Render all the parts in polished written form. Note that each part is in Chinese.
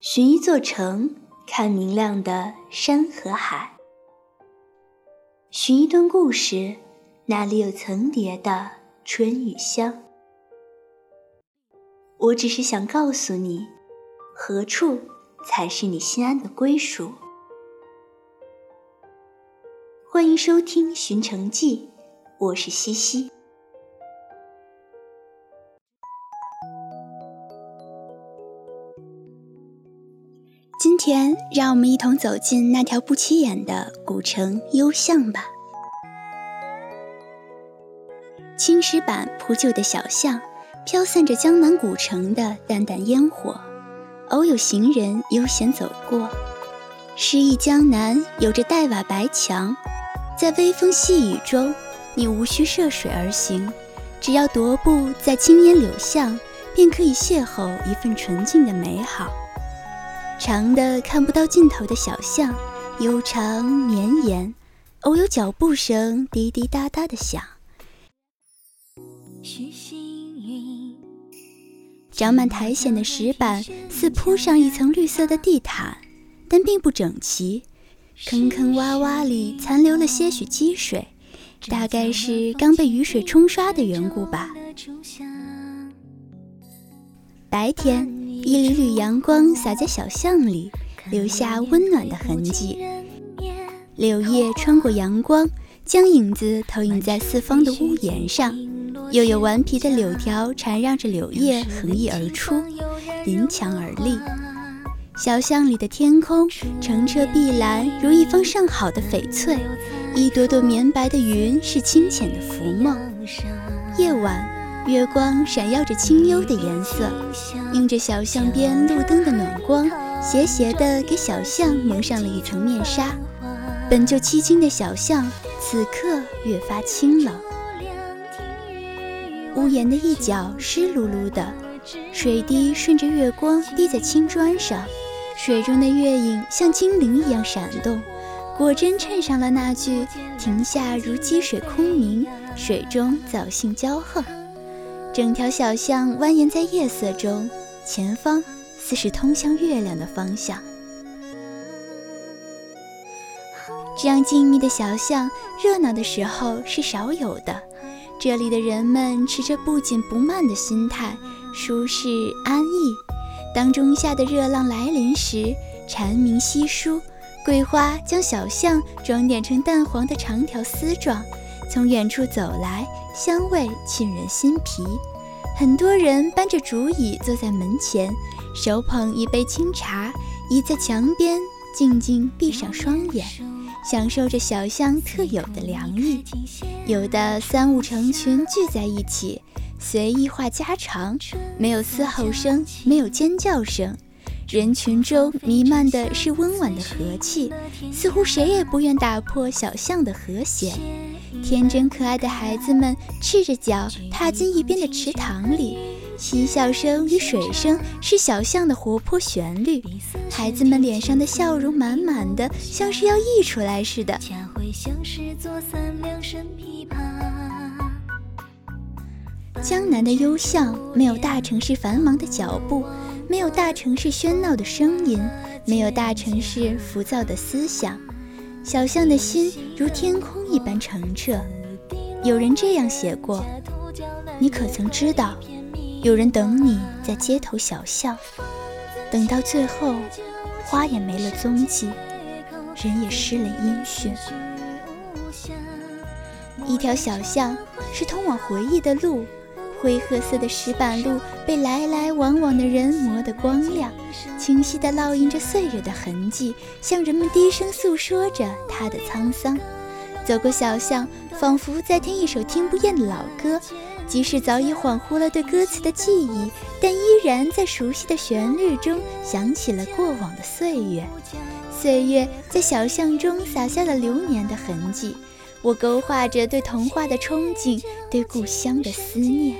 寻一座城，看明亮的山和海；寻一段故事，那里有层叠的春与香。我只是想告诉你，何处才是你心安的归属。欢迎收听《寻城记》，我是西西。今天让我们一同走进那条不起眼的古城幽巷吧。青石板铺就的小巷，飘散着江南古城的淡淡烟火，偶有行人悠闲走过。诗意江南有着黛瓦白墙，在微风细雨中，你无需涉水而行，只要踱步在青烟柳巷，便可以邂逅一份纯净的美好。长的看不到尽头的小巷，悠长绵延，偶有脚步声滴滴答答的响。长满苔藓的石板似铺上一层绿色的地毯，但并不整齐，坑坑洼洼里残留了些许积水，大概是刚被雨水冲刷的缘故吧。白天，一缕缕阳光洒在小巷里，留下温暖的痕迹。柳叶穿过阳光，将影子投影在四方的屋檐上，又有顽皮的柳条缠绕着柳叶横溢而出，临墙而立。小巷里的天空澄澈碧蓝，如一方上好的翡翠，一朵朵绵白的云是清浅的浮梦。夜晚，月光闪耀着清幽的颜色，映着小巷边路灯的暖光，斜斜地给小巷蒙上了一层面纱。本就凄清的小巷，此刻越发清冷。屋檐的一角湿漉漉的，水滴顺着月光滴在青砖上，水中的月影像精灵一样闪动，果真衬上了那句庭下如积水空明，水中藻荇交横。整条小巷蜿蜒在夜色中，前方似是通向月亮的方向。这样静谧的小巷，热闹的时候是少有的。这里的人们持着不紧不慢的心态，舒适安逸。当仲夏的热浪来临时，蝉鸣稀疏，桂花将小巷装点成淡黄的长条丝状，从远处走来，香味沁人心脾。很多人搬着竹椅坐在门前，手捧一杯清茶，倚在墙边，静静闭上双眼，享受着小巷特有的凉意。有的三五成群聚在一起，随意话家常，没有嘶吼声，没有尖叫声，人群中弥漫的是温婉的和气，似乎谁也不愿打破小巷的和谐。天真可爱的孩子们赤着脚踏进一边的池塘里，嬉笑声与水声是小巷的活泼旋律，孩子们脸上的笑容满满的，像是要溢出来似的。江南的幽巷，没有大城市繁忙的脚步，没有大城市喧闹的声音，没有大城市浮躁的思想。小巷的心如天空一般澄澈。有人这样写过，你可曾知道，有人等你在街头小巷，等到最后，花也没了踪迹，人也失了音讯。一条小巷是通往回忆的路，灰褐色的石板路被来来往往的人磨得光亮，清晰地烙印着岁月的痕迹，向人们低声诉说着它的沧桑。走过小巷，仿佛在听一首听不厌的老歌，即使早已恍惚了对歌词的记忆，但依然在熟悉的旋律中想起了过往的岁月。岁月在小巷中洒下了流年的痕迹，我勾画着对童话的憧憬，对故乡的思念。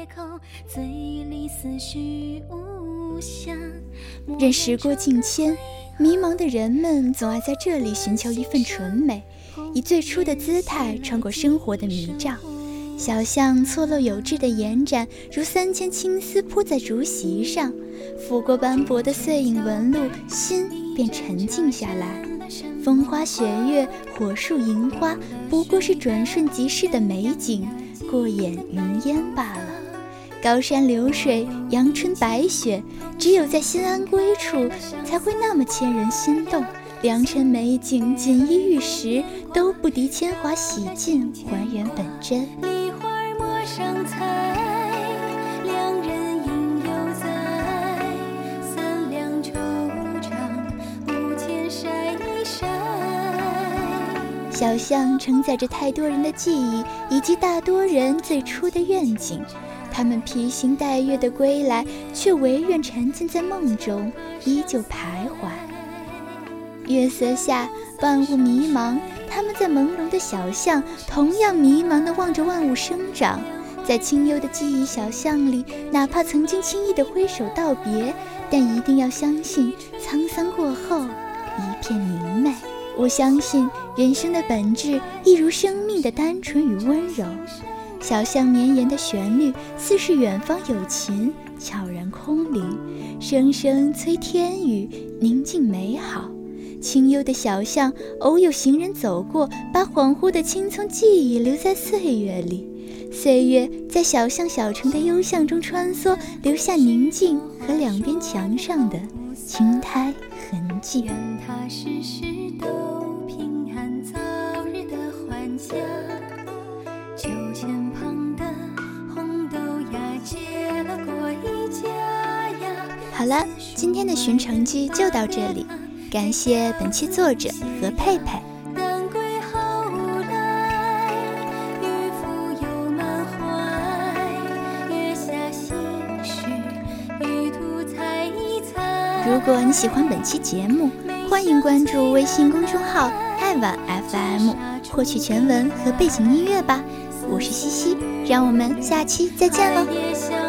任时过境迁，迷茫的人们总爱在这里寻求一份纯美，以最初的姿态穿过生活的迷障， 小巷错落有致的延展，如3000青丝铺在竹席上，拂过斑驳的碎影纹路，心便沉静下来。风花雪月，火树银花，不过是转瞬即逝的美景，过眼云烟罢了。高山流水，阳春白雪，只有在心安归处，才会那么牵人心动。良辰美景，锦衣玉食，都不敌铅华洗尽，还原本真。 梨花陌上彩，两人应犹在。三两惆怅，无间晒一晒。 小巷承载着太多人的记忆，以及大多人最初的愿景。他们披星戴月地归来，却唯愿沉浸在梦中，依旧徘徊。月色下，万物迷茫，他们在朦胧的小巷，同样迷茫地望着万物生长。在清幽的记忆小巷里，哪怕曾经轻易地挥手道别，但一定要相信，沧桑过后，一片明媚。我相信，人生的本质一如生命的单纯与温柔。小巷绵延的旋律，似是远方有琴悄然空灵，声声催天雨，宁静美好。清幽的小巷，偶有行人走过，把恍惚的青葱记忆留在岁月里。岁月在小巷小城的幽巷中穿梭，留下宁静和两边墙上的青苔痕迹。 愿他世世都平安，早日的还家。酒前旁的红豆芽，结了果一家呀。 好了，今天的寻城记就到这里，感谢本期作者何佩佩。 但归后来，渔夫又满怀。月下心事，余途猜一猜。 如果你喜欢本期节目，欢迎关注微信公众号爱晚 FM， 获取全文和背景音乐吧。我是西西，让我们下期再见喽。